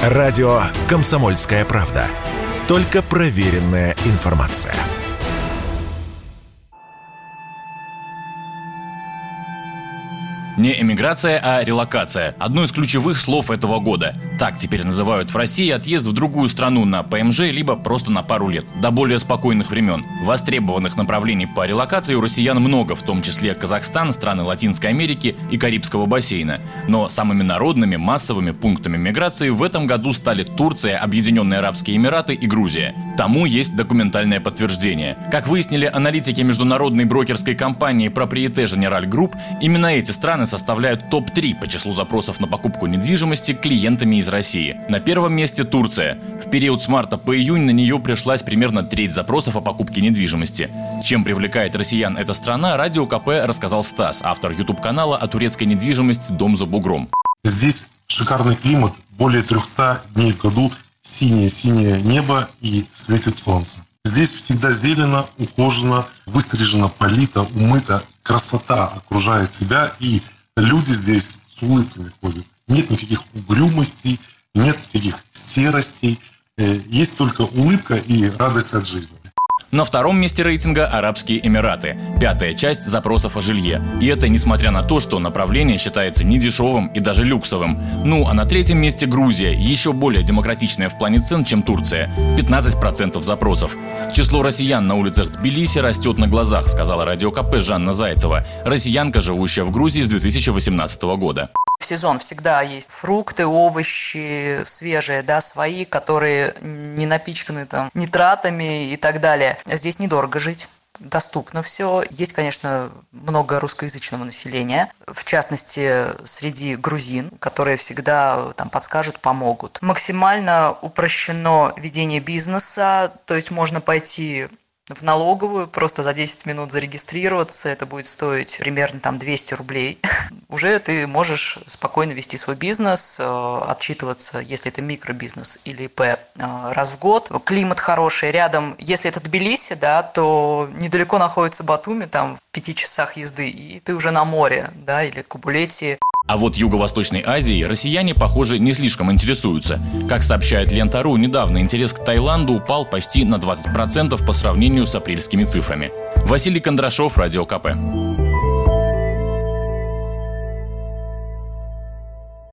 Радио «Комсомольская правда». Только проверенная информация. Не эмиграция, а релокация. Одно из ключевых слов этого года. Так теперь называют в России отъезд в другую страну на ПМЖ, либо просто на пару лет, до более спокойных времен. Востребованных направлений по релокации у россиян много, в том числе Казахстан, страны Латинской Америки и Карибского бассейна. Но самыми народными, массовыми пунктами миграции в этом году стали Турция, Объединенные Арабские Эмираты и Грузия. Тому есть документальное подтверждение. Как выяснили аналитики международной брокерской компании Propriété Générale Group, именно эти страны составляют топ-3 по числу запросов на покупку недвижимости клиентами из России. На первом месте Турция. В период с марта по июнь на нее пришлась примерно треть запросов о покупке недвижимости. Чем привлекает россиян эта страна, Радио КП рассказал Стас, автор YouTube-канала о турецкой недвижимости «Дом за бугром». Здесь шикарный климат, более 300 дней в году, синее-синее небо и светит солнце. Здесь всегда зелено, ухожено, выстрижено, полито, умыто. Красота окружает тебя, и люди здесь с улыбками ходят. Нет никаких угрюмостей, нет никаких серостей. Есть только улыбка и радость от жизни. На втором месте рейтинга Арабские Эмираты. 5-я часть запросов о жилье. И это несмотря на то, что направление считается недешевым и даже люксовым. Ну а на третьем месте Грузия, еще более демократичная в плане цен, чем Турция. 15% запросов. Число россиян на улицах Тбилиси растет на глазах, сказала Радио КП Жанна Зайцева, россиянка, живущая в Грузии с 2018 года. В сезон всегда есть фрукты, овощи свежие, да, свои, которые не напичканы там нитратами и так далее. Здесь недорого жить. Доступно все. Есть, конечно, много русскоязычного населения, в частности, среди грузин, которые всегда там подскажут, помогут. Максимально упрощено ведение бизнеса, то есть можно пойти в налоговую, просто за 10 минут зарегистрироваться, это будет стоить примерно там 200 рублей. Уже ты можешь спокойно вести свой бизнес, отчитываться, если это микробизнес или ИП, раз в год. Климат хороший, рядом, если это Тбилиси, да, то недалеко находится Батуми, там в 5 часах езды, и ты уже на море, да, или Кабулети. А вот Юго-Восточной Азией россияне, похоже, не слишком интересуются. Как сообщает Лента.ру, недавно интерес к Таиланду упал почти на 20% по сравнению с апрельскими цифрами. Василий Кондрашов, Радио КП.